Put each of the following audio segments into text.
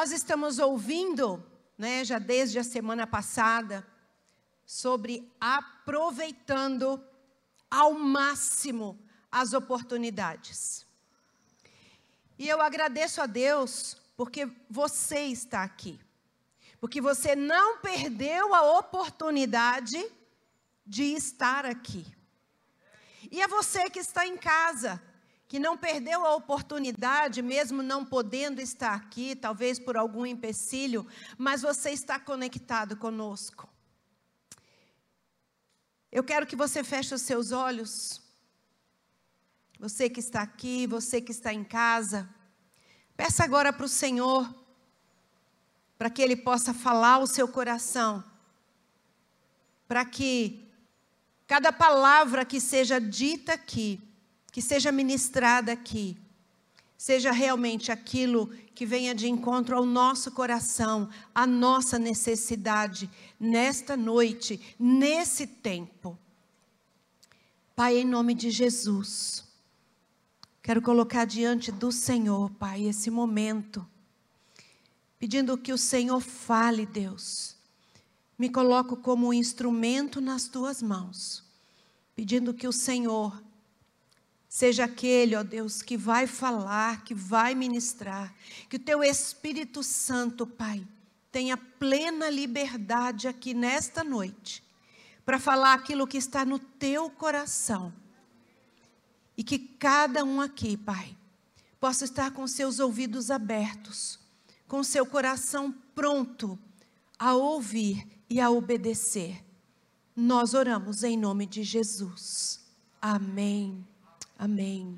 Nós estamos ouvindo, né, já desde a semana passada, sobre aproveitando ao máximo as oportunidades. E eu agradeço a Deus porque você está aqui. Porque você não perdeu a oportunidade de estar aqui. E é você que está em casa, que não perdeu a oportunidade, mesmo não podendo estar aqui, talvez por algum empecilho, mas você está conectado conosco. Eu quero que você feche os seus olhos. Você que está aqui, você que está em casa. Peça agora para o Senhor, para que Ele possa falar ao seu coração. Para que cada palavra que seja dita aqui, que seja ministrada aqui, seja realmente aquilo que venha de encontro ao nosso coração, à nossa necessidade, nesta noite, nesse tempo. Pai, em nome de Jesus, quero colocar diante do Senhor, Pai, esse momento, pedindo que o Senhor fale, Deus. Me coloco como instrumento nas tuas mãos, pedindo que o Senhor seja aquele, ó Deus, que vai falar, que vai ministrar, que o teu Espírito Santo, Pai, tenha plena liberdade aqui nesta noite, para falar aquilo que está no teu coração, e que cada um aqui, Pai, possa estar com seus ouvidos abertos, com seu coração pronto a ouvir e a obedecer. Nós oramos em nome de Jesus. Amém. Amém.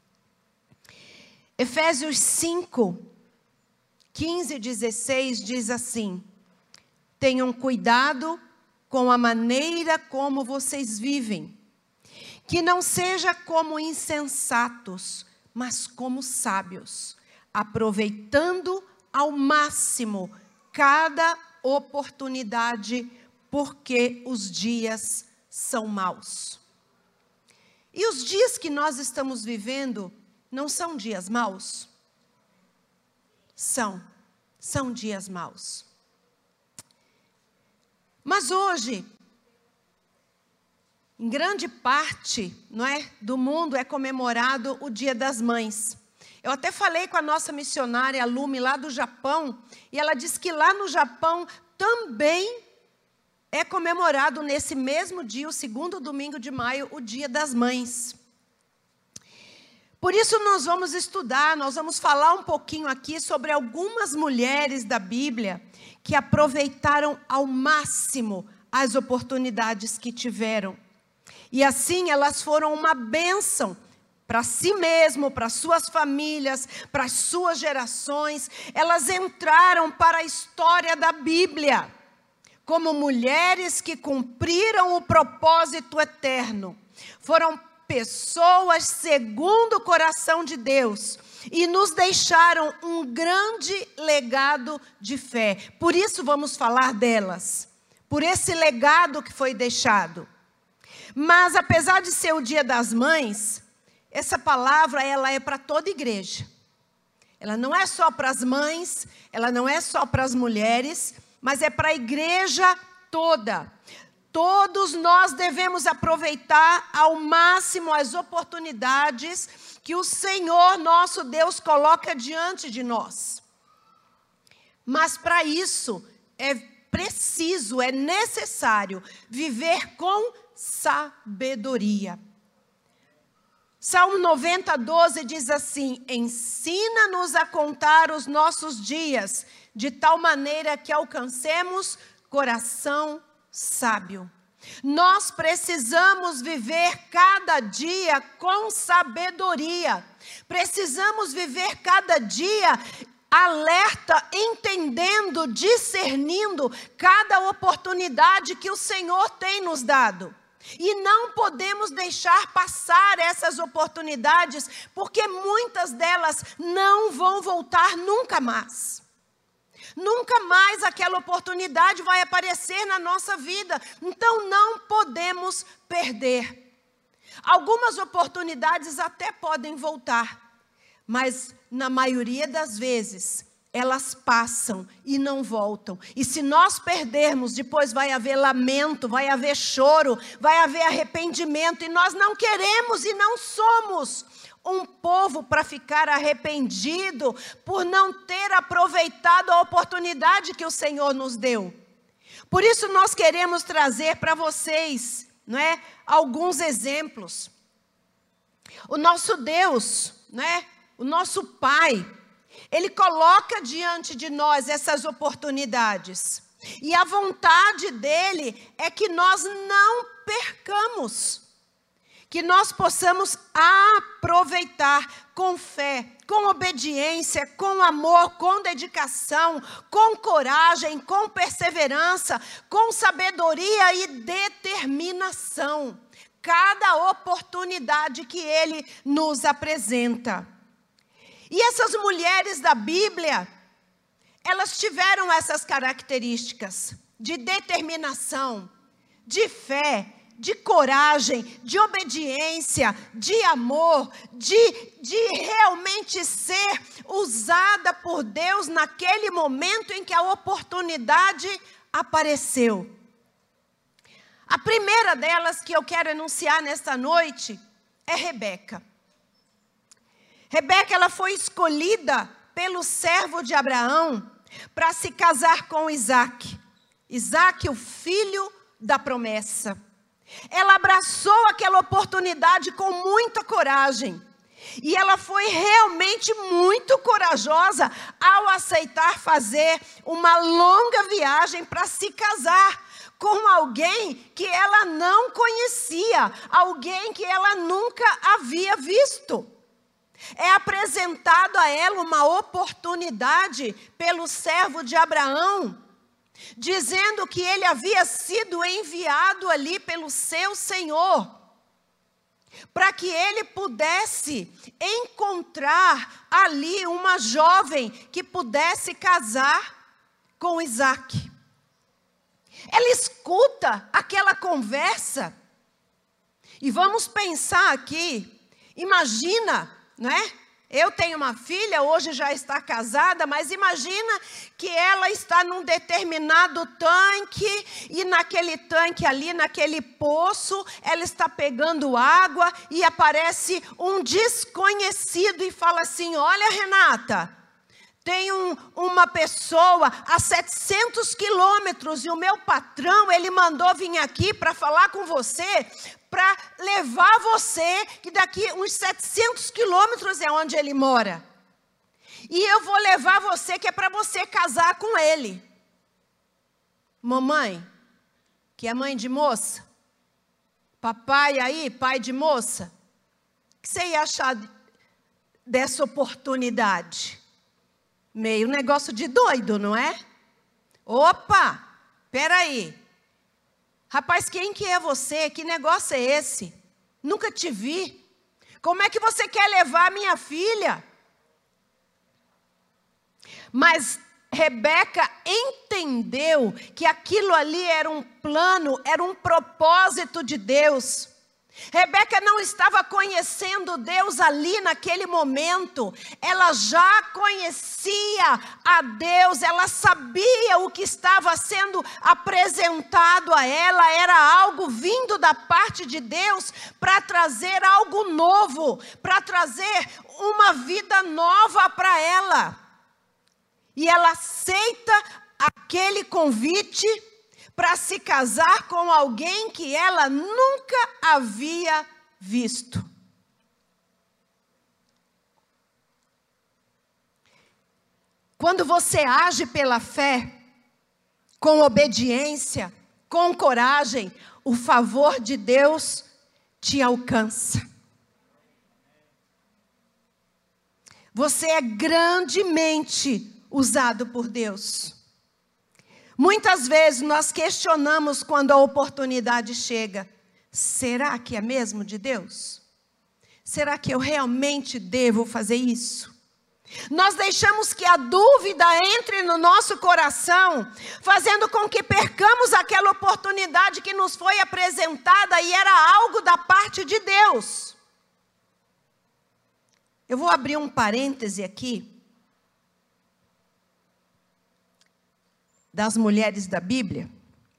Efésios 5, 15 e 16 diz assim: tenham cuidado com a maneira como vocês vivem, que não seja como insensatos, mas como sábios, aproveitando ao máximo cada oportunidade, porque os dias são maus. E os dias que nós estamos vivendo não são dias maus? São dias maus. Mas hoje, em grande parte, não é, do mundo é comemorado o Dia das Mães. Eu até falei com a nossa missionária, a Lume, lá do Japão, e ela disse que lá no Japão também é comemorado nesse mesmo dia, o segundo domingo de maio, o Dia das Mães. Por isso nós vamos estudar, nós vamos falar um pouquinho aqui sobre algumas mulheres da Bíblia que aproveitaram ao máximo as oportunidades que tiveram. E assim elas foram uma bênção para si mesmo, para suas famílias, para as suas gerações. Elas entraram para a história da Bíblia como mulheres que cumpriram o propósito eterno. Foram pessoas segundo o coração de Deus e nos deixaram um grande legado de fé. Por isso vamos falar delas, por esse legado que foi deixado. Mas apesar de ser o Dia das Mães, essa palavra ela é para toda igreja. Ela não é só para as mães, ela não é só para as mulheres, mas é para a igreja toda. Todos nós devemos aproveitar ao máximo as oportunidades que o Senhor nosso Deus coloca diante de nós. Mas para isso é preciso, é necessário viver com sabedoria. Salmo 90, 12 diz assim: ensina-nos a contar os nossos dias, de tal maneira que alcancemos coração sábio. Nós precisamos viver cada dia com sabedoria. Precisamos viver cada dia alerta, entendendo, discernindo cada oportunidade que o Senhor tem nos dado. E não podemos deixar passar essas oportunidades, porque muitas delas não vão voltar nunca mais. Nunca mais aquela oportunidade vai aparecer na nossa vida. Então não podemos perder. Algumas oportunidades até podem voltar, mas na maioria das vezes, elas passam e não voltam. E se nós perdermos, depois vai haver lamento, vai haver choro, vai haver arrependimento. E nós não queremos e não somos um povo para ficar arrependido por não ter aproveitado a oportunidade que o Senhor nos deu. Por isso nós queremos trazer para vocês, não é, alguns exemplos. O nosso Deus, não é, o nosso Pai, Ele coloca diante de nós essas oportunidades. E a vontade dEle é que nós não percamos. Que nós possamos aproveitar com fé, com obediência, com amor, com dedicação, com coragem, com perseverança, com sabedoria e determinação. Cada oportunidade que Ele nos apresenta. E essas mulheres da Bíblia, elas tiveram essas características de determinação, de fé, de coragem, de obediência, de amor, de realmente ser usada por Deus naquele momento em que a oportunidade apareceu. A primeira delas que eu quero anunciar nesta noite é Rebeca. Rebeca, ela foi escolhida pelo servo de Abraão para se casar com Isaac. Isaac, o filho da promessa. Ela abraçou aquela oportunidade com muita coragem. E ela foi realmente muito corajosa ao aceitar fazer uma longa viagem para se casar com alguém que ela não conhecia, alguém que ela nunca havia visto. É apresentado a ela uma oportunidade pelo servo de Abraão, dizendo que ele havia sido enviado ali pelo seu Senhor, para que ele pudesse encontrar ali uma jovem que pudesse casar com Isaac. Ela escuta aquela conversa, e vamos pensar aqui, imagina, não é? Eu tenho uma filha, hoje já está casada, mas imagina que ela está num determinado tanque, e naquele tanque ali, naquele poço, ela está pegando água, e aparece um desconhecido e fala assim: olha, Renata, tem uma pessoa a 700 quilômetros, e o meu patrão, ele mandou vir aqui para falar com você, para levar você, que daqui uns 700 quilômetros é onde ele mora. E eu vou levar você, que é para você casar com ele. Mamãe, que é mãe de moça, papai aí, pai de moça, o que você ia achar dessa oportunidade? Meio negócio de doido, não é? Opa, peraí. Rapaz, quem que é você? Que negócio é esse? Nunca te vi. Como é que você quer levar a minha filha? Mas Rebeca entendeu que aquilo ali era um plano, era um propósito de Deus. Rebeca não estava conhecendo Deus ali naquele momento, ela já conhecia a Deus, ela sabia o que estava sendo apresentado a ela, era algo vindo da parte de Deus para trazer algo novo, para trazer uma vida nova para ela. E ela aceita aquele convite para se casar com alguém que ela nunca havia visto. Quando você age pela fé, com obediência, com coragem, o favor de Deus te alcança. Você é grandemente usado por Deus. Muitas vezes nós questionamos quando a oportunidade chega. Será que é mesmo de Deus? Será que eu realmente devo fazer isso? Nós deixamos que a dúvida entre no nosso coração, fazendo com que percamos aquela oportunidade que nos foi apresentada e era algo da parte de Deus. Eu vou abrir um parêntese aqui. das mulheres da Bíblia.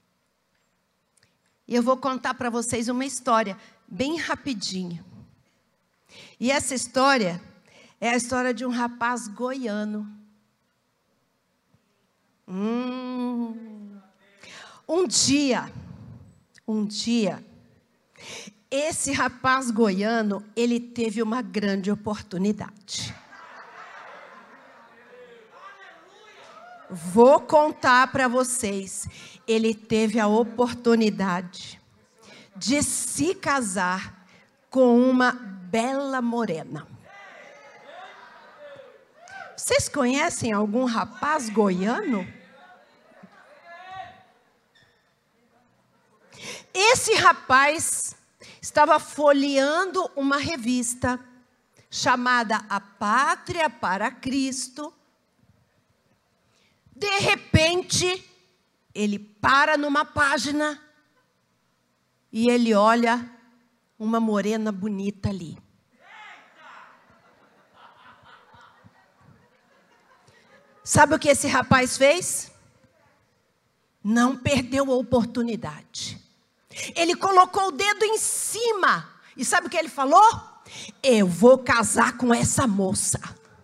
E eu vou contar para vocês uma história bem rapidinha. E essa história é a história de um rapaz goiano. Um dia, esse rapaz goiano, ele teve uma grande oportunidade. Vou contar para vocês. Ele teve a oportunidade de se casar com uma bela morena. Vocês conhecem algum rapaz goiano? Esse rapaz estava folheando uma revista chamada A Pátria para Cristo. De repente, ele para numa página e ele olha uma morena bonita ali. Sabe o que esse rapaz fez? Não perdeu a oportunidade. Ele colocou o dedo em cima. E sabe o que ele falou? Eu vou casar com essa moça.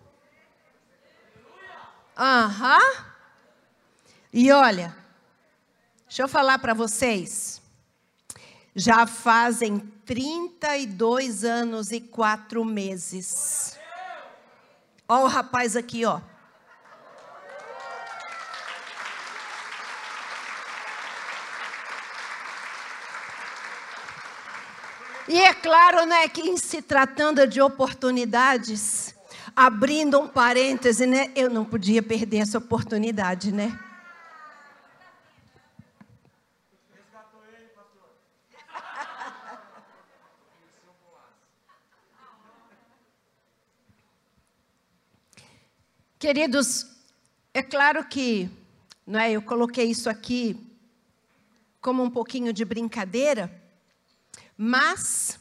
E olha, deixa eu falar para vocês. Já fazem 32 anos e 4 meses. Olha o rapaz aqui, ó. E é claro, né, que em se tratando de oportunidades, abrindo um parêntese, né, eu não podia perder essa oportunidade, né? Resgatou ele, pastor. Queridos, é claro que, não é, eu coloquei isso aqui como um pouquinho de brincadeira, mas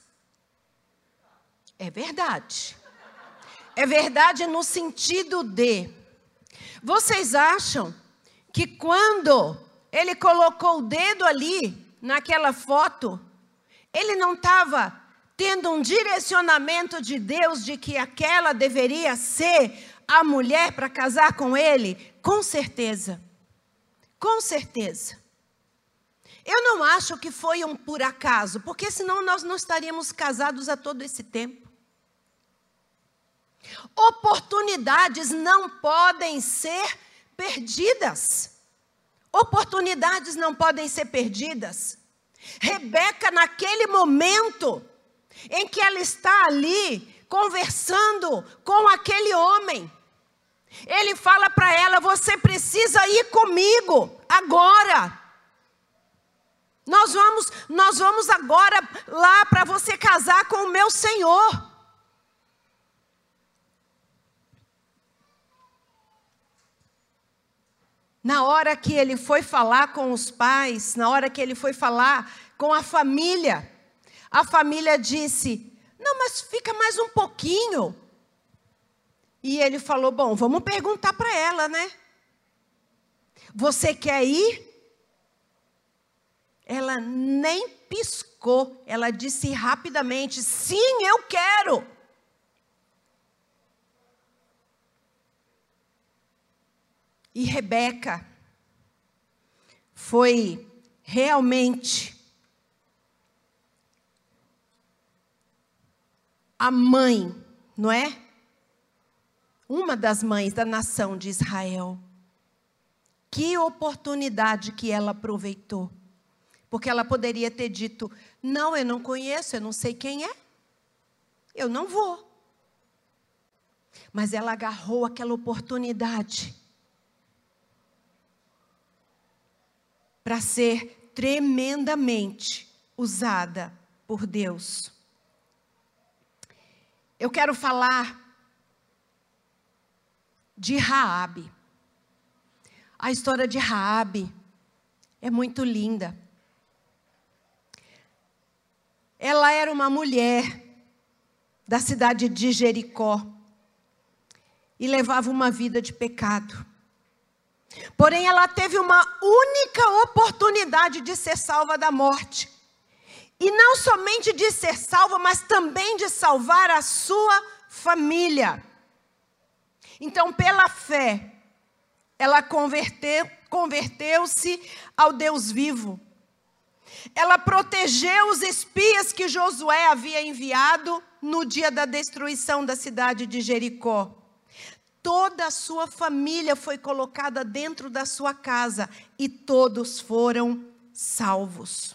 é verdade. É verdade no sentido de, vocês acham que quando ele colocou o dedo ali, naquela foto, ele não estava tendo um direcionamento de Deus de que aquela deveria ser a mulher para casar com ele? Com certeza. Com certeza. Eu não acho que foi um por acaso, porque senão nós não estaríamos casados há todo esse tempo. Oportunidades não podem ser perdidas. Oportunidades não podem ser perdidas. Rebeca, naquele momento em que ela está ali conversando com aquele homem, ele fala para ela: você precisa ir comigo agora. Nós vamos agora lá para você casar com o meu Senhor. Na hora que ele foi falar com os pais, na hora que ele foi falar com a família disse: não, mas fica mais um pouquinho. E ele falou: bom, vamos perguntar para ela, né? Você quer ir? Ela nem piscou, ela disse rapidamente: sim, eu quero. E Rebeca foi realmente a mãe, não é? Uma das mães da nação de Israel. Que oportunidade que ela aproveitou. Porque ela poderia ter dito: não, eu não conheço, eu não sei quem é. Eu não vou. Mas ela agarrou aquela oportunidade para ser tremendamente usada por Deus. Eu quero falar de Raabe. A história de Raabe é muito linda. Ela era uma mulher da cidade de Jericó e levava uma vida de pecado. Porém, ela teve uma única oportunidade de ser salva da morte. E não somente de ser salva, mas também de salvar a sua família. Então, pela fé, ela converteu-se ao Deus vivo. Ela protegeu os espias que Josué havia enviado no dia da destruição da cidade de Jericó. Toda a sua família foi colocada dentro da sua casa e todos foram salvos.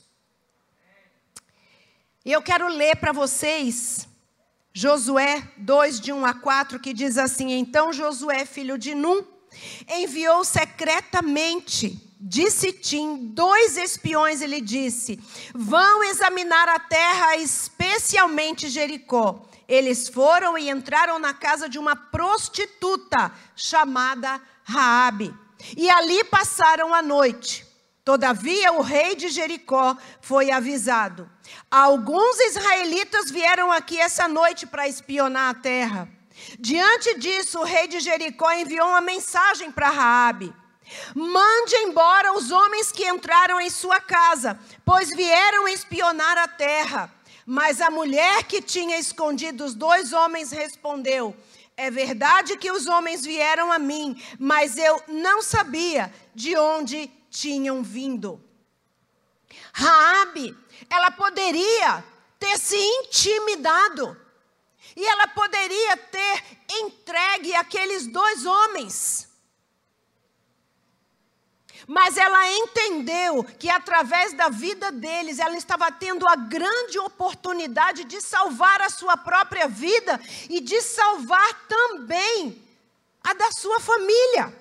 E eu quero ler para vocês Josué 2, de 1 a 4, que diz assim: Então Josué, filho de Num, enviou secretamente de Sitim 2 espiões e lhe disse: Vão examinar a terra, especialmente Jericó. Eles foram e entraram na casa de uma prostituta chamada Raabe, e ali passaram a noite. Todavia o rei de Jericó foi avisado: alguns israelitas vieram aqui essa noite para espionar a terra. Diante disso, o rei de Jericó enviou uma mensagem para Raabe: mande embora os homens que entraram em sua casa, pois vieram espionar a terra. Mas a mulher que tinha escondido os 2 homens respondeu: é verdade que os homens vieram a mim, mas eu não sabia de onde tinham vindo. Raabe, ela poderia ter se intimidado, e ela poderia ter entregue aqueles 2 homens. Mas ela entendeu que através da vida deles, ela estava tendo a grande oportunidade de salvar a sua própria vida e de salvar também a da sua família.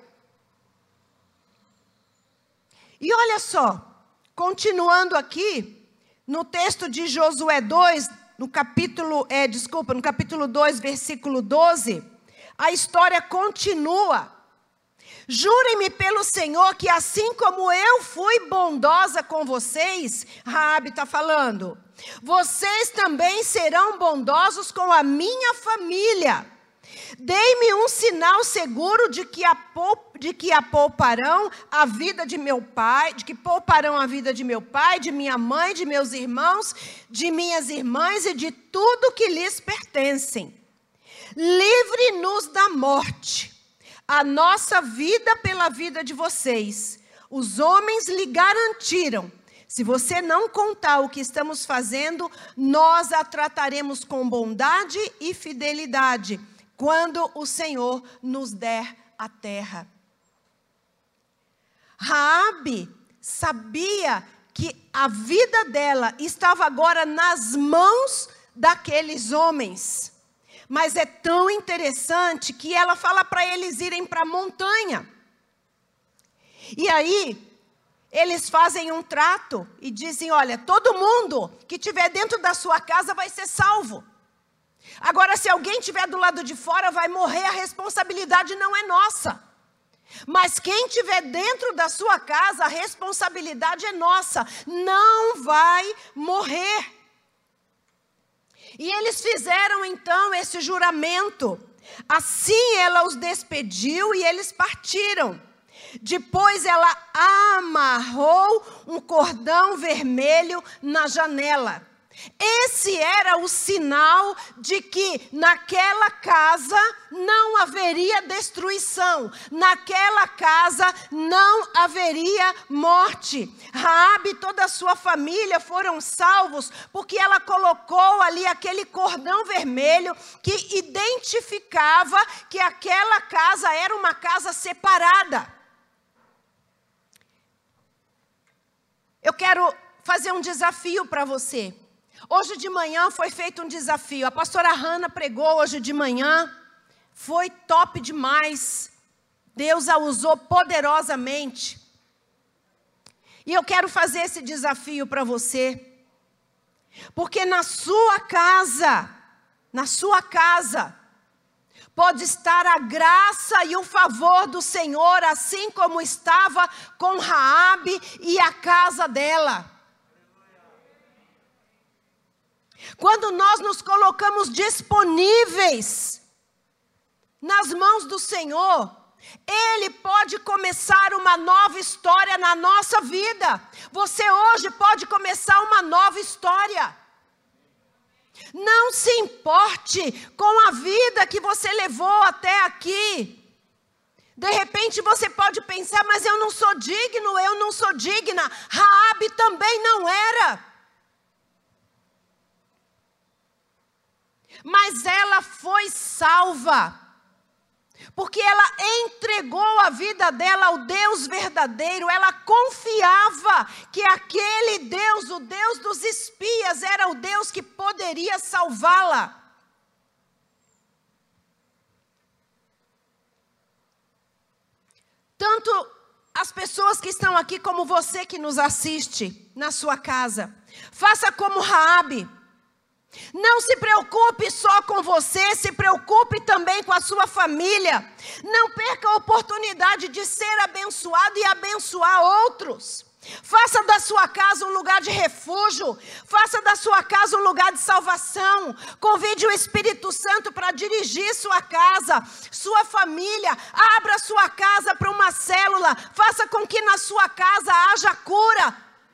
E olha só, continuando aqui, no texto de Josué 2, no capítulo 2, versículo 12, a história continua. Jurem-me pelo Senhor que assim como eu fui bondosa com vocês, Raabe está falando, vocês também serão bondosos com a minha família. Dei-me um sinal seguro de que pouparão a vida de meu pai, de minha mãe, de meus irmãos, de minhas irmãs e de tudo que lhes pertencem. Livre-nos da morte, a nossa vida pela vida de vocês. Os homens lhe garantiram: se você não contar o que estamos fazendo, nós a trataremos com bondade e fidelidade, quando o Senhor nos der a terra. Raabe sabia que a vida dela estava agora nas mãos daqueles homens. Mas é tão interessante que ela fala para eles irem para a montanha. E aí, eles fazem um trato e dizem: olha, todo mundo que estiver dentro da sua casa vai ser salvo. Agora, se alguém estiver do lado de fora, vai morrer, a responsabilidade não é nossa. Mas quem estiver dentro da sua casa, a responsabilidade é nossa, não vai morrer. E eles fizeram então esse juramento. Assim ela os despediu e eles partiram. Depois ela amarrou um cordão vermelho na janela. Esse era o sinal de que naquela casa não haveria destruição, naquela casa não haveria morte. Raabe e toda a sua família foram salvos porque ela colocou ali aquele cordão vermelho que identificava que aquela casa era uma casa separada. Eu quero fazer um desafio para você. Hoje de manhã foi feito um desafio. A pastora Hannah pregou hoje de manhã. Foi top demais. Deus a usou poderosamente. E eu quero fazer esse desafio para você. Porque na sua casa, pode estar a graça e o favor do Senhor, assim como estava com Raabe e a casa dela. Quando nós nos colocamos disponíveis nas mãos do Senhor, Ele pode começar uma nova história na nossa vida. Você hoje pode começar uma nova história. Não se importe com a vida que você levou até aqui. De repente você pode pensar, mas eu não sou digno, eu não sou digna. Raabe também não era. Mas ela foi salva. Porque ela entregou a vida dela ao Deus verdadeiro. Ela confiava que aquele Deus, o Deus dos espias, era o Deus que poderia salvá-la. Tanto as pessoas que estão aqui como você que nos assiste na sua casa. Faça como Raabe. Não se preocupe só com você, se preocupe também com a sua família. Não perca a oportunidade de ser abençoado e abençoar outros. Faça da sua casa um lugar de refúgio. Faça da sua casa um lugar de salvação. Convide o Espírito Santo para dirigir sua casa, sua família. Abra sua casa para uma célula. Faça com que na sua casa haja cura.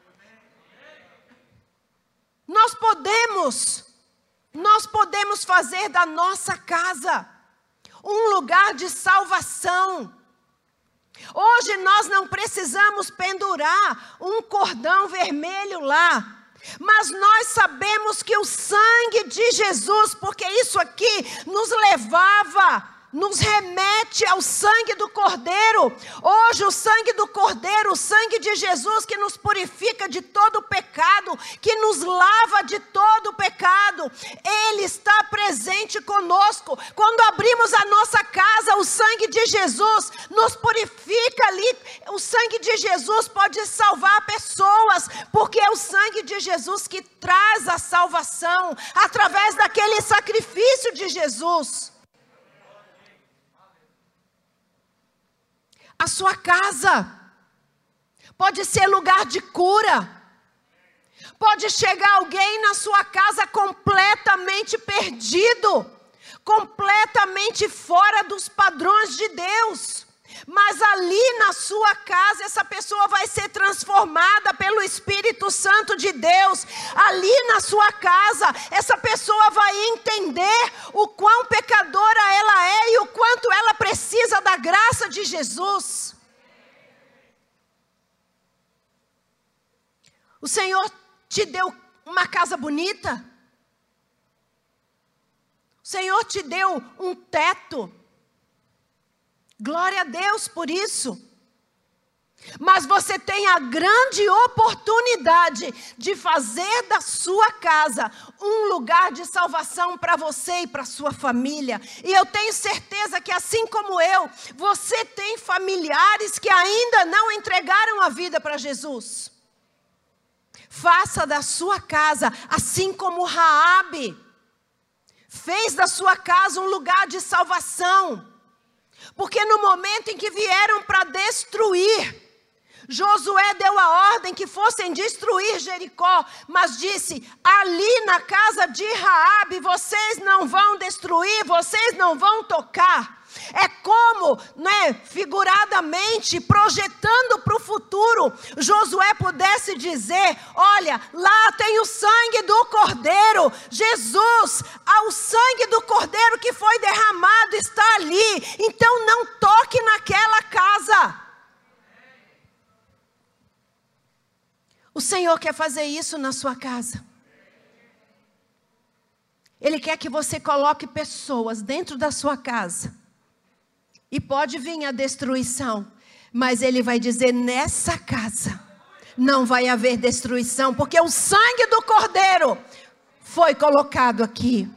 Nós podemos fazer da nossa casa um lugar de salvação. Hoje nós não precisamos pendurar um cordão vermelho lá, mas nós sabemos que o sangue de Jesus, porque isso aqui nos remete ao sangue do Cordeiro. Hoje o sangue do Cordeiro, o sangue de Jesus que nos purifica de todo o pecado, que nos lava de todo o pecado, Ele está presente conosco. Quando abrimos a nossa casa, o sangue de Jesus nos purifica ali. O sangue de Jesus pode salvar pessoas, porque é o sangue de Jesus que traz a salvação, através daquele sacrifício de Jesus. A sua casa pode ser lugar de cura. Pode chegar alguém na sua casa completamente perdido, completamente fora dos padrões de Deus. Mas ali na sua casa, essa pessoa vai ser transformada pelo Espírito Santo de Deus. Ali na sua casa, essa pessoa vai entender o quão pecadora ela é e o quanto ela precisa da graça de Jesus. O Senhor te deu uma casa bonita. O Senhor te deu um teto. Glória a Deus por isso. Mas você tem a grande oportunidade de fazer da sua casa um lugar de salvação para você e para sua família. E eu tenho certeza que assim como eu, você tem familiares que ainda não entregaram a vida para Jesus. Faça da sua casa, assim como Raabe fez da sua casa um lugar de salvação. Porque no momento em que vieram para destruir, Josué deu a ordem que fossem destruir Jericó, mas disse: ali na casa de Raabe vocês não vão destruir, vocês não vão tocar. É como, figuradamente, projetando para o futuro, Josué pudesse dizer: olha, lá tem o sangue do Cordeiro, Jesus, o sangue do Cordeiro que foi derramado está ali, então não toque naquela casa. O Senhor quer fazer isso na sua casa. Ele quer que você coloque pessoas dentro da sua casa. E pode vir a destruição, mas Ele vai dizer: nessa casa não vai haver destruição, porque o sangue do Cordeiro foi colocado aqui.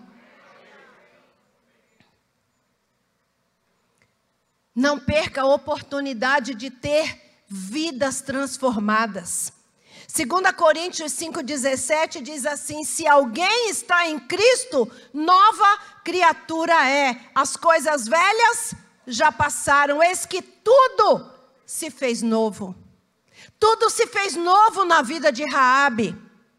Não perca a oportunidade de ter vidas transformadas. 2 Coríntios 5,17 diz assim: se alguém está em Cristo, nova criatura é. As coisas velhas já passaram, eis que tudo se fez novo. Tudo se fez novo na vida de Raabe.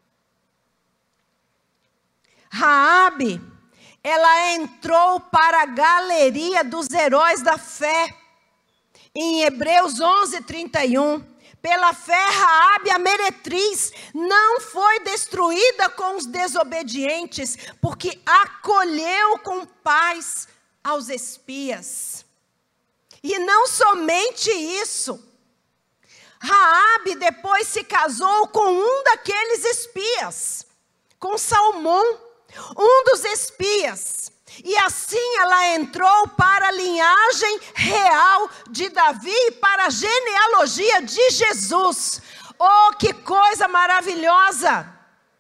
Raabe, ela entrou para a galeria dos heróis da fé. Em Hebreus 11:31, pela fé Raabe, a meretriz, não foi destruída com os desobedientes, porque acolheu com paz aos espias. E não somente isso, Raabe depois se casou com um daqueles espias, com Salmão, um dos espias. E assim ela entrou para a linhagem real de Davi e para a genealogia de Jesus. Oh, que coisa maravilhosa!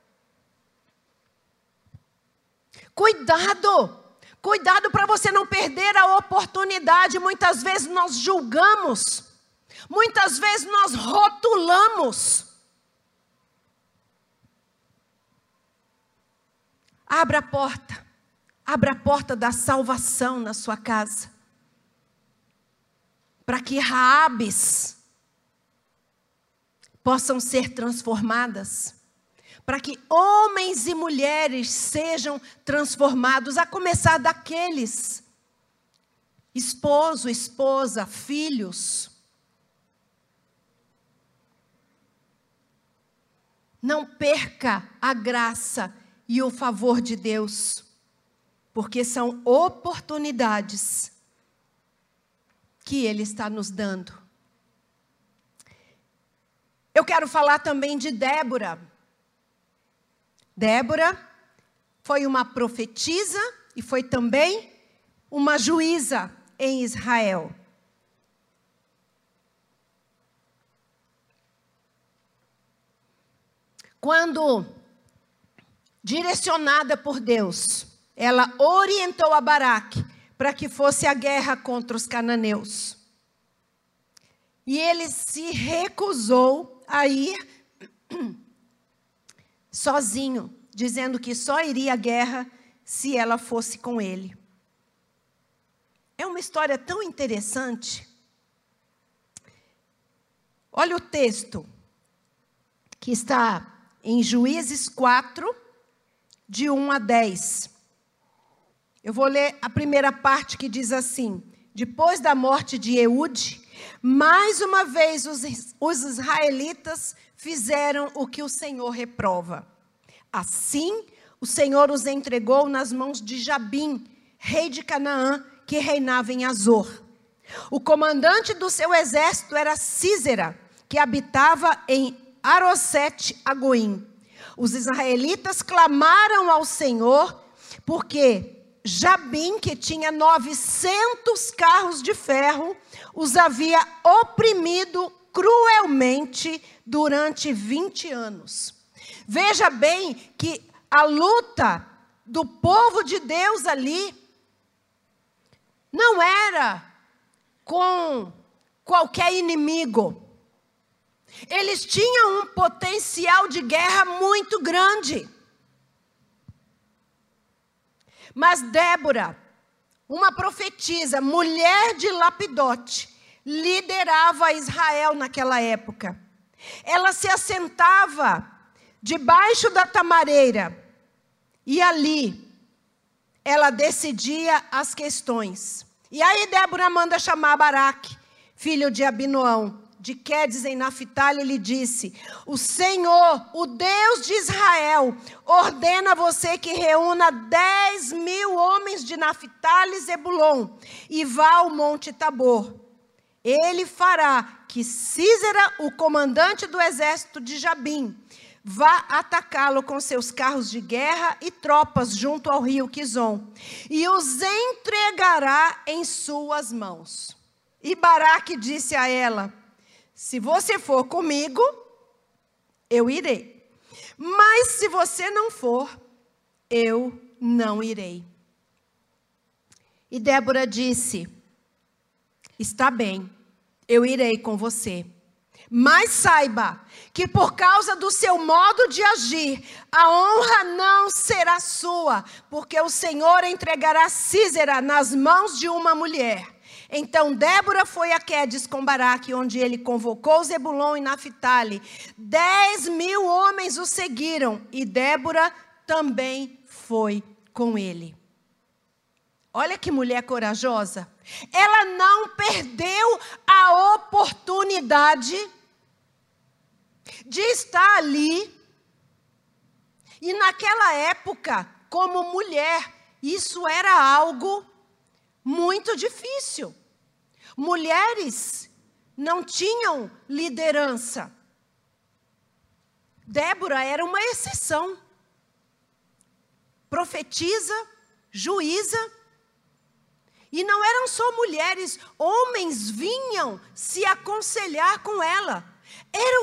Cuidado para você não perder a oportunidade. Muitas vezes nós julgamos, muitas vezes nós rotulamos. Abra a porta da salvação na sua casa, para que Raabes possam ser transformadas, para que homens e mulheres sejam transformados, a começar daqueles, esposo, esposa, filhos. Não perca a graça e o favor de Deus, porque são oportunidades que Ele está nos dando. Eu quero falar também de Débora. Débora foi uma profetisa e foi também uma juíza em Israel. Quando direcionada por Deus, ela orientou a Baraque para que fosse a guerra contra os cananeus. E ele se recusou a ir sozinho, dizendo que só iria à guerra se ela fosse com ele. É uma história tão interessante. Olha o texto que está em Juízes 4, de 1 a 10. Eu vou ler a primeira parte que diz assim: depois da morte de Eude, mais uma vez os israelitas fizeram o que o Senhor reprova. Assim, o Senhor os entregou nas mãos de Jabim, rei de Canaã, que reinava em Azor. O comandante do seu exército era Sísera, que habitava em Arosete-Agoim. Os israelitas clamaram ao Senhor, porque Jabim, que tinha 900 carros de ferro, os havia oprimido cruelmente durante 20 anos. Veja bem que a luta do povo de Deus ali não era com qualquer inimigo. Eles tinham um potencial de guerra muito grande. Mas Débora, uma profetisa, mulher de Lapidote, liderava Israel naquela época. Ela se assentava debaixo da tamareira e ali ela decidia as questões. E aí Débora manda chamar Baraque, filho de Abinoão, de Quedes em Naphtali, lhe disse: o Senhor, o Deus de Israel, ordena a você que reúna 10.000 homens de Naphtali e Zebulon e vá ao Monte Tabor. Ele fará que Sísera, o comandante do exército de Jabim, vá atacá-lo com seus carros de guerra e tropas junto ao rio Quizon, e os entregará em suas mãos. E Baraque disse a ela: se você for comigo, eu irei. Mas se você não for, eu não irei. E Débora disse: está bem, eu irei com você. Mas saiba que por causa do seu modo de agir, a honra não será sua, porque o Senhor entregará Sísera nas mãos de uma mulher. Então Débora foi a Quedes com Baraque, onde ele convocou Zebulon e Naphtali. 10.000 homens o seguiram, e Débora também foi com ele. Olha que mulher corajosa. Ela não perdeu a oportunidade de estar ali. E naquela época, como mulher, isso era algo muito difícil. Mulheres não tinham liderança. Débora era uma exceção. Profetisa, juíza. E não eram só mulheres, homens vinham se aconselhar com ela. Era o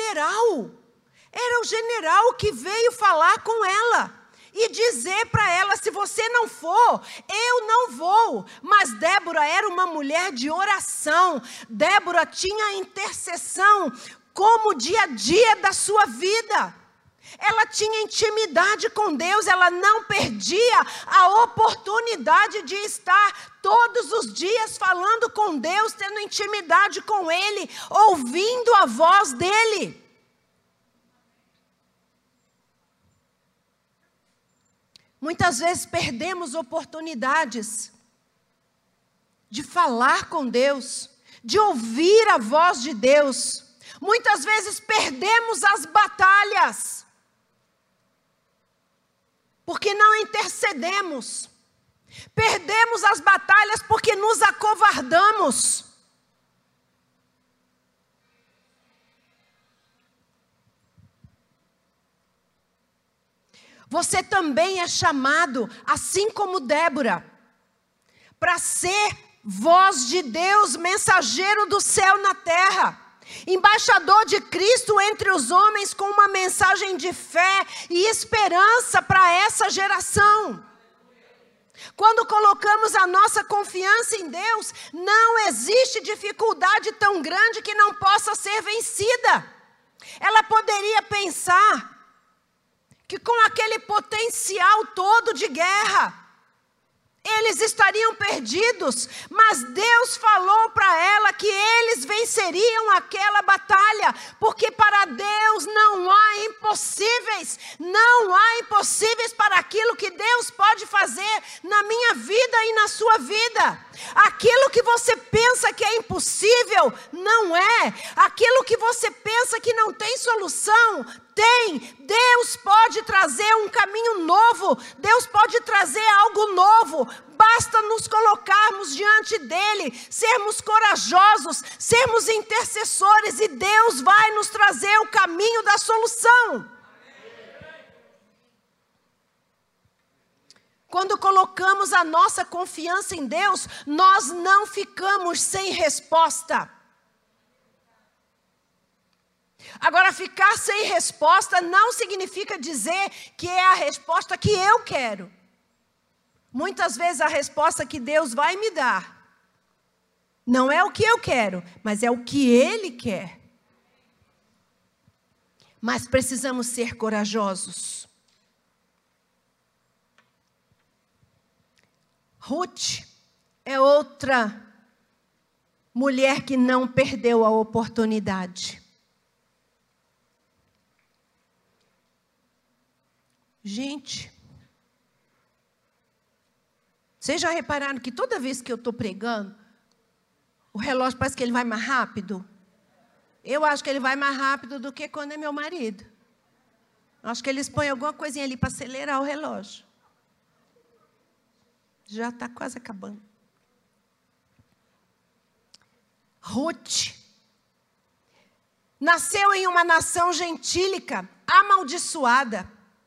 general que veio falar com ela e dizer para ela: se você não for, eu não vou. Mas Débora era uma mulher de oração. Débora tinha intercessão como dia a dia da sua vida. Ela tinha intimidade com Deus, ela não perdia a oportunidade de estar todos os dias falando com Deus, tendo intimidade com Ele, ouvindo a voz dEle. Muitas vezes perdemos oportunidades de falar com Deus, de ouvir a voz de Deus. Muitas vezes perdemos as batalhas porque não intercedemos. Perdemos as batalhas porque nos acovardamos. Você também é chamado, assim como Débora, para ser voz de Deus, mensageiro do céu na terra. Embaixador de Cristo entre os homens, com uma mensagem de fé e esperança para essa geração. Quando colocamos a nossa confiança em Deus, não existe dificuldade tão grande que não possa ser vencida. Ela poderia pensar que com aquele potencial todo de guerra, eles estariam perdidos, mas Deus falou para ela que eles venceriam aquela batalha, porque para Deus não há impossíveis, não há impossíveis para aquilo que Deus pode fazer na minha vida e na sua vida. Aquilo que você pensa que é impossível, não é. Aquilo que você pensa que não tem solução, tem. Deus pode trazer um caminho novo, Deus pode trazer algo novo. Basta nos colocarmos diante dEle, sermos corajosos, sermos intercessores, e Deus vai nos trazer o caminho da solução. Quando colocamos a nossa confiança em Deus, nós não ficamos sem resposta. Agora, ficar sem resposta não significa dizer que é a resposta que eu quero. Muitas vezes a resposta que Deus vai me dar não é o que eu quero, mas é o que Ele quer. Mas precisamos ser corajosos. Ruth é outra mulher que não perdeu a oportunidade. Gente, vocês já repararam que toda vez que eu estou pregando, o relógio parece que ele vai mais rápido? Eu acho que ele vai mais rápido do que quando é meu marido. Acho que eles põem alguma coisinha ali para acelerar o relógio. Já está quase acabando. Ruth nasceu em uma nação gentílica, amaldiçoada.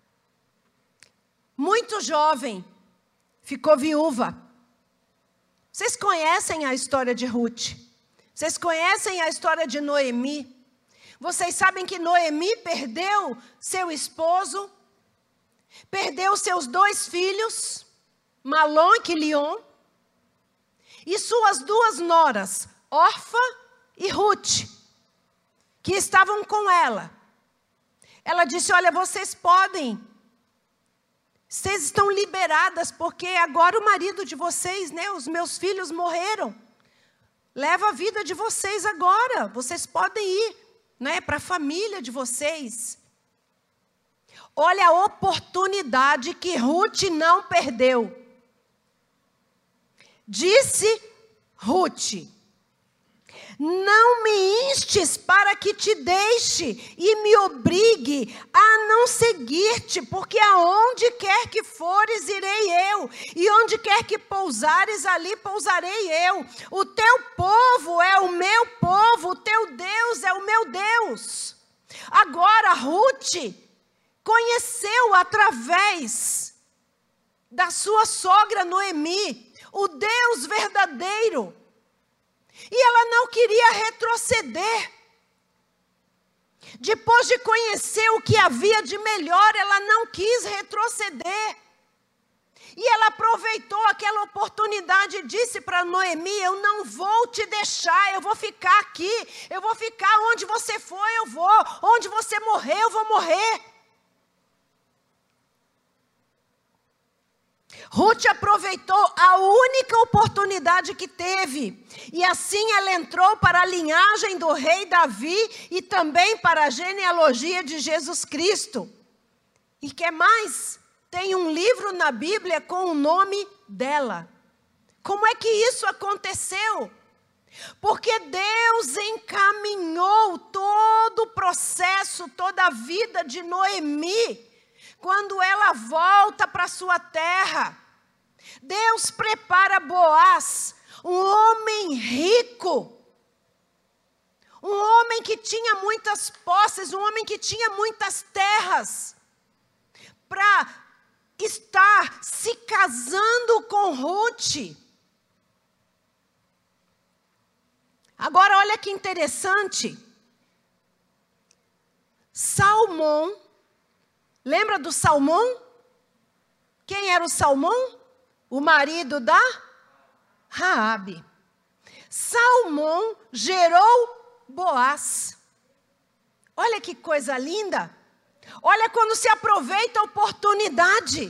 Muito jovem, ficou viúva. Vocês conhecem a história de Ruth? Vocês conhecem a história de Noemi? Vocês sabem que Noemi perdeu seu esposo, perdeu seus 2 filhos, Malom e Quilion, e suas 2 noras, Orfa e Ruth, que estavam com ela. Ela disse: olha, vocês estão liberadas, porque agora o marido de vocês, os meus filhos morreram. Leva a vida de vocês agora, vocês podem ir, para a família de vocês. Olha a oportunidade que Ruth não perdeu. Disse Ruth, não me instes para que te deixe e me obrigue a não seguir-te, porque aonde quer que fores, irei eu, e onde quer que pousares, ali pousarei eu. O teu povo é o meu povo, o teu Deus é o meu Deus. Agora Ruth conheceu através da sua sogra Noemi o Deus verdadeiro. E ela não queria retroceder. Depois de conhecer o que havia de melhor, ela não quis retroceder. E ela aproveitou aquela oportunidade e disse para Noemi: eu não vou te deixar, eu vou ficar aqui. Eu vou ficar onde você for, eu vou. Onde você morrer, eu vou morrer. Ruth aproveitou a única oportunidade que teve, e assim ela entrou para a linhagem do rei Davi e também para a genealogia de Jesus Cristo. E que mais? Tem um livro na Bíblia com o nome dela. Como é que isso aconteceu? Porque Deus encaminhou todo o processo, toda a vida de Noemi. Quando ela volta para sua terra, Deus prepara Boaz, um homem rico, um homem que tinha muitas posses, um homem que tinha muitas terras, para estar se casando com Ruth. Agora olha que interessante, Salmão, lembra do Salmão? Quem era o Salmão? O marido da Raabe. Salmão gerou Boaz. Olha que coisa linda. Olha quando se aproveita a oportunidade.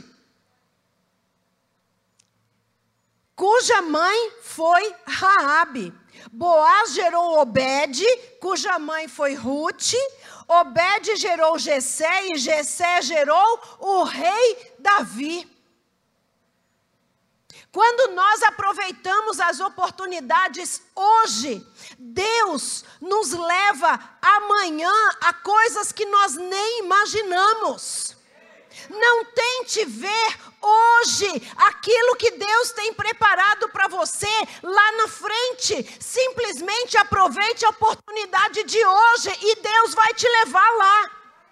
Cuja mãe foi Raabe. Boaz gerou Obed, cuja mãe foi Ruth. Obed gerou Jessé e Jessé gerou o rei Davi. Quando nós aproveitamos as oportunidades hoje, Deus nos leva amanhã a coisas que nós nem imaginamos. Não tente ver hoje aquilo que Deus tem preparado para você lá na frente. Simplesmente aproveite a oportunidade de hoje e Deus vai te levar lá.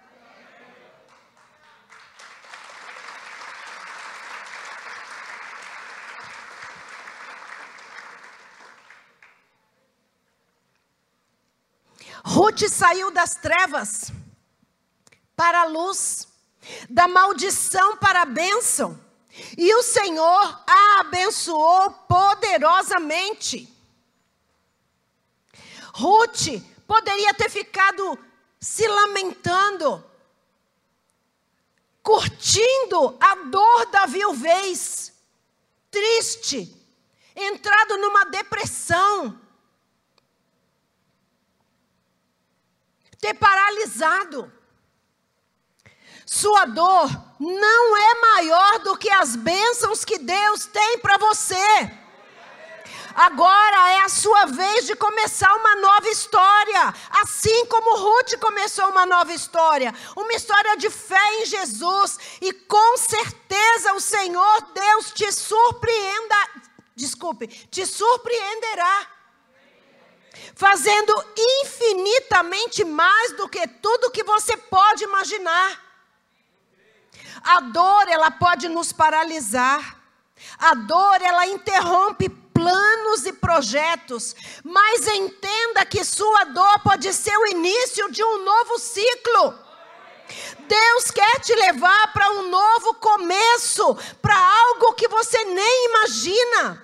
Ruth saiu das trevas para a luz, da maldição para a bênção, e o Senhor a abençoou poderosamente. Ruth poderia ter ficado se lamentando, curtindo a dor da viuvez, triste, entrado numa depressão, ter paralisado. Sua dor não é maior do que as bênçãos que Deus tem para você. Agora é a sua vez de começar uma nova história, assim como Ruth começou uma nova história, uma história de fé em Jesus, e com certeza o Senhor Deus te surpreenderá, fazendo infinitamente mais do que tudo que você pode imaginar. A dor, ela pode nos paralisar. A dor, ela interrompe planos e projetos. Mas entenda que sua dor pode ser o início de um novo ciclo. Deus quer te levar para um novo começo, para algo que você nem imagina.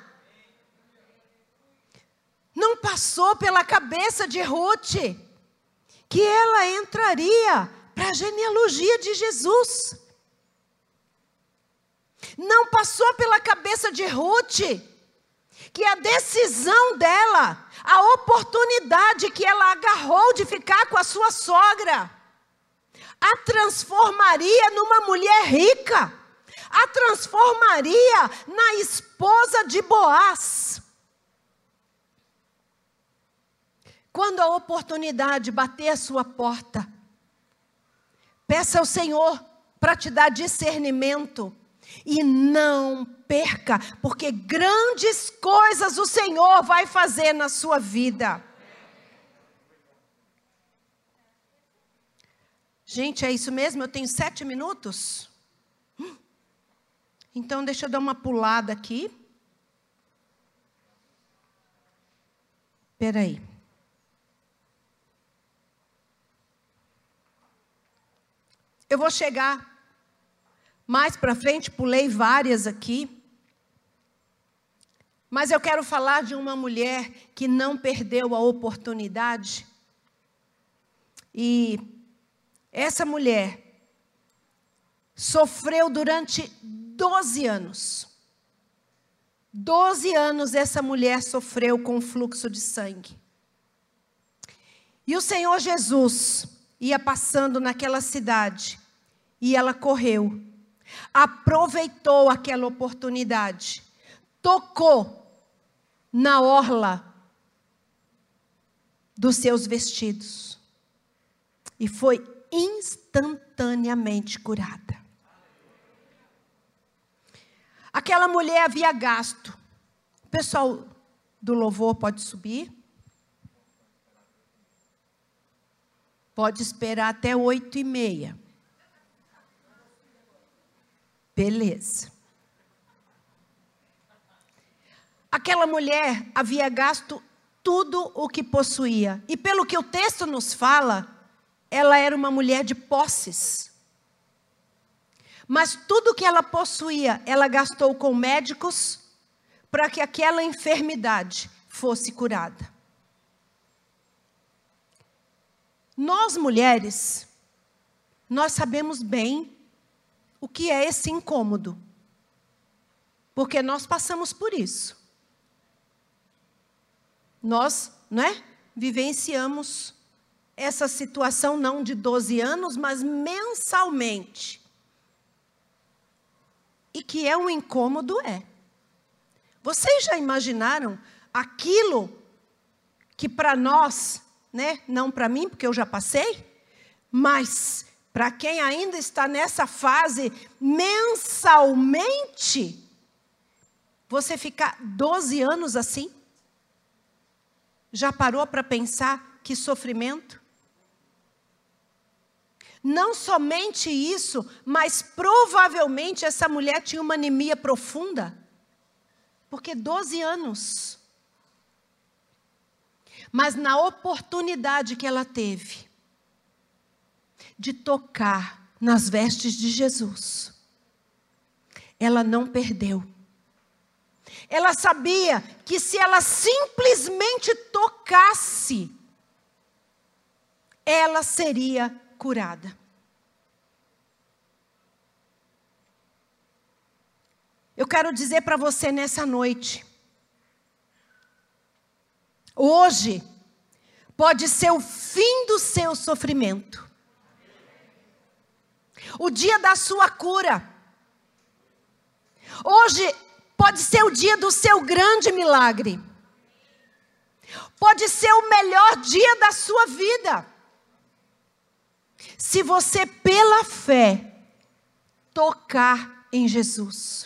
Não passou pela cabeça de Ruth que ela entraria para a genealogia de Jesus. Não passou pela cabeça de Ruth que a decisão dela, a oportunidade que ela agarrou de ficar com a sua sogra, a transformaria numa mulher rica, a transformaria na esposa de Boaz. quando a oportunidade bater a sua porta, peça ao Senhor para te dar discernimento. E não perca, porque grandes coisas o Senhor vai fazer na sua vida. Gente, é isso mesmo? Eu tenho 7 minutos? Então deixa eu dar uma pulada aqui. Espera aí. Eu vou chegar mais para frente, pulei várias aqui. Mas eu quero falar de uma mulher que não perdeu a oportunidade. E essa mulher sofreu durante 12 anos. 12 anos essa mulher sofreu com fluxo de sangue. E o Senhor Jesus ia passando naquela cidade. E ela correu. Aproveitou aquela oportunidade. Tocou na orla dos seus vestidos. E foi instantaneamente curada. Aquela mulher havia gasto. O pessoal do louvor pode subir. Pode esperar até 8h30. Beleza. Aquela mulher havia gasto tudo o que possuía. E pelo que o texto nos fala, ela era uma mulher de posses. Mas tudo que ela possuía, ela gastou com médicos para que aquela enfermidade fosse curada. Nós mulheres, nós sabemos bem o que é esse incômodo. Porque nós passamos por isso. Nós, vivenciamos essa situação não de 12 anos, mas mensalmente. E que é um incômodo, é. Vocês já imaginaram aquilo que para nós, não para mim, porque eu já passei, mas para quem ainda está nessa fase, mensalmente, você ficar 12 anos assim? Já parou para pensar que sofrimento? Não somente isso, mas provavelmente essa mulher tinha uma anemia profunda. Porque 12 anos. Mas na oportunidade que ela teve de tocar nas vestes de Jesus, ela não perdeu. Ela sabia que se ela simplesmente tocasse, ela seria curada. Eu quero dizer para você nessa noite, hoje pode ser o fim do seu sofrimento, o dia da sua cura. Hoje pode ser o dia do seu grande milagre. Pode ser o melhor dia da sua vida. Se você, pela fé, tocar em Jesus.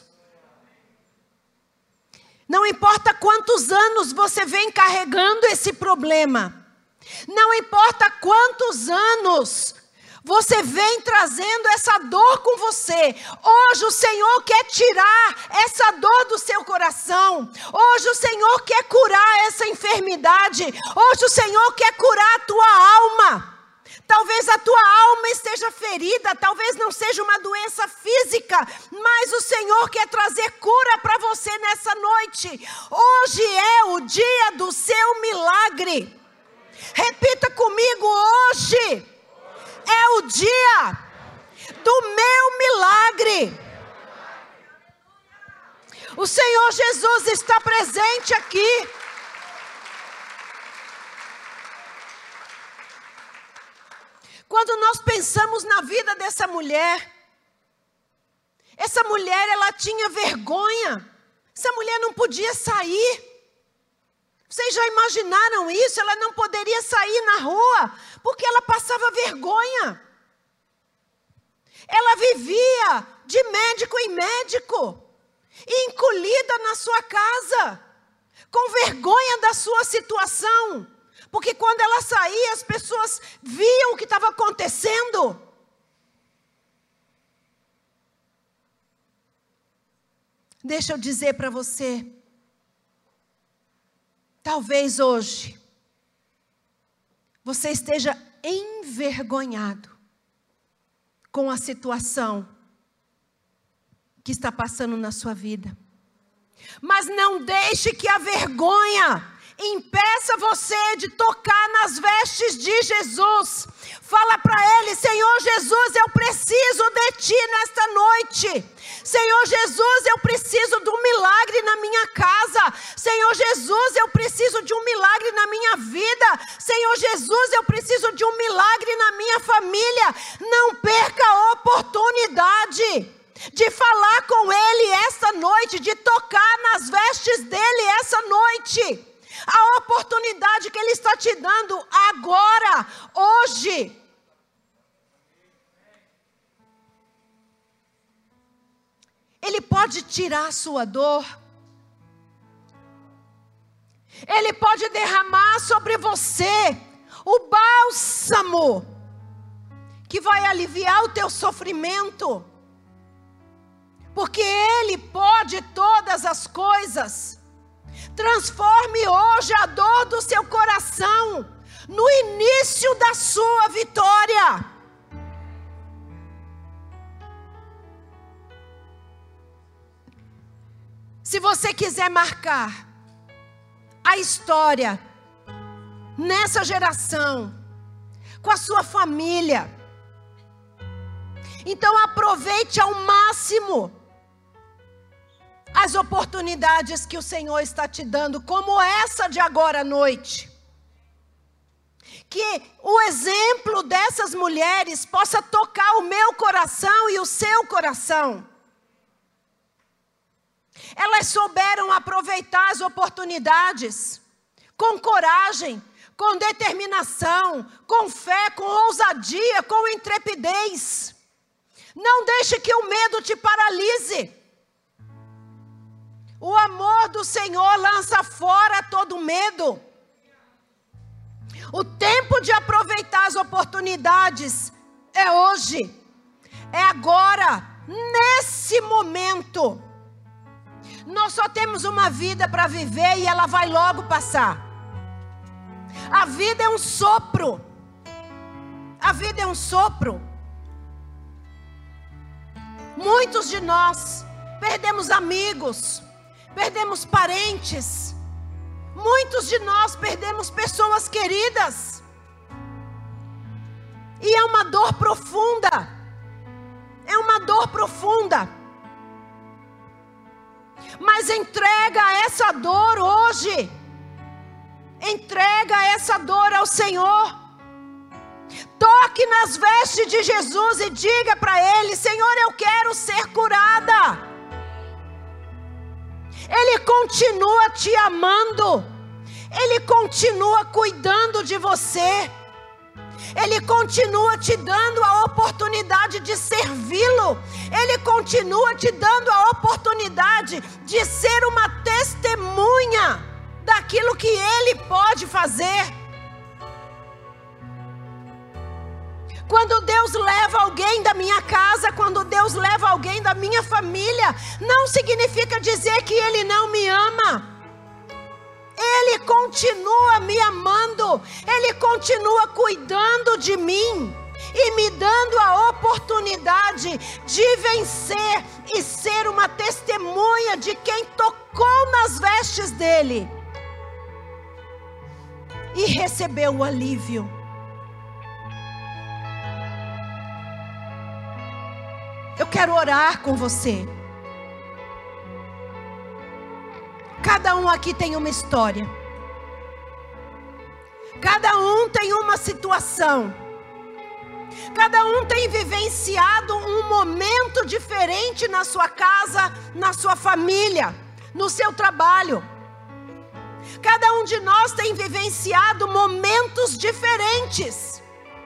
Não importa quantos anos você vem carregando esse problema. Não importa quantos anos você vem trazendo essa dor com você. Hoje o Senhor quer tirar essa dor do seu coração. Hoje o Senhor quer curar essa enfermidade. Hoje o Senhor quer curar a tua alma. Talvez a tua alma esteja ferida, talvez não seja uma doença física, mas o Senhor quer trazer cura para você nessa noite. Hoje é o dia do seu milagre. Repita comigo, hoje é o dia do meu milagre. O Senhor Jesus está presente aqui. Quando nós pensamos na vida dessa mulher, essa mulher ela tinha vergonha. Essa mulher não podia sair. Vocês já imaginaram isso? Ela não poderia sair na rua, porque ela passava vergonha. Ela vivia de médico em médico, encolhida na sua casa, com vergonha da sua situação. Porque quando ela saía, as pessoas viam o que estava acontecendo. Deixa eu dizer para você, talvez hoje, você esteja envergonhado com a situação que está passando na sua vida. Mas não deixe que a vergonha impeça você de tocar nas vestes de Jesus. Fala para Ele: Senhor Jesus, eu preciso de Ti nesta noite. Senhor Jesus, eu preciso de um milagre na minha casa. Senhor Jesus, eu preciso de um milagre na minha vida. Senhor Jesus, eu preciso de um milagre na minha família. Não perca a oportunidade de falar com Ele essa noite, de tocar nas vestes dEle essa noite. A oportunidade que Ele está te dando agora, hoje. Ele pode tirar a sua dor. Ele pode derramar sobre você o bálsamo que vai aliviar o teu sofrimento. Porque Ele pode todas as coisas. Transforme hoje a dor do seu coração no início da sua vitória. Se você quiser marcar a história nessa geração, com a sua família, então aproveite ao máximo as oportunidades que o Senhor está te dando, como essa de agora à noite. Que o exemplo dessas mulheres possa tocar o meu coração e o seu coração. Elas souberam aproveitar as oportunidades, com coragem, com determinação, com fé, com ousadia, com intrepidez. Não deixe que o medo te paralise. O amor do Senhor lança fora todo medo. O tempo de aproveitar as oportunidades é hoje, é agora, nesse momento. Nós só temos uma vida para viver e ela vai logo passar. A vida é um sopro. A vida é um sopro. Muitos de nós perdemos amigos, perdemos parentes. Muitos de nós perdemos pessoas queridas. E é uma dor profunda. É uma dor profunda. Mas entrega essa dor hoje. Entrega essa dor ao Senhor. Toque nas vestes de Jesus e diga para Ele: Senhor, eu quero ser curada. Ele continua te amando. Ele continua cuidando de você. Ele continua te dando a oportunidade de servi-lo. Ele continua te dando a oportunidade de ser uma testemunha daquilo que Ele pode fazer. Quando Deus leva alguém da minha casa, quando Deus leva alguém da minha família, não significa dizer que Ele não me ama. Ele continua me amando. Ele continua cuidando de mim e me dando a oportunidade de vencer e ser uma testemunha de quem tocou nas vestes dele e recebeu o alívio. Eu quero orar com você. Cada um aqui tem uma história. Cada um tem uma situação. Cada um tem vivenciado um momento diferente na sua casa, na sua família, no seu trabalho. Cada um de nós tem vivenciado momentos diferentes.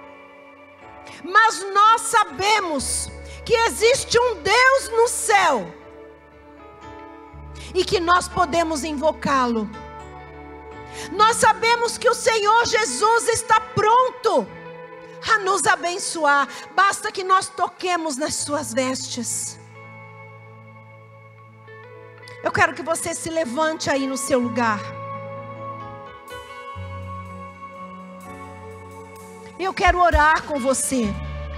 Mas nós sabemos que existe um Deus no céu e que nós podemos invocá-lo. Nós sabemos que o Senhor Jesus está pronto a nos abençoar. Basta que nós toquemos nas suas vestes. Eu quero que você se levante aí no seu lugar. Eu quero orar com você.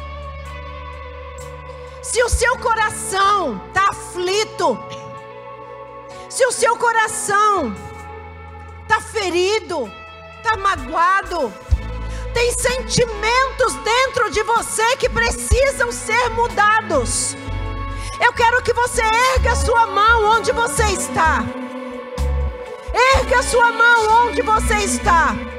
Se o seu coração está aflito, se o seu coração está ferido, está magoado, tem sentimentos dentro de você que precisam ser mudados, eu quero que você erga a sua mão onde você está. Erga a sua mão onde você está.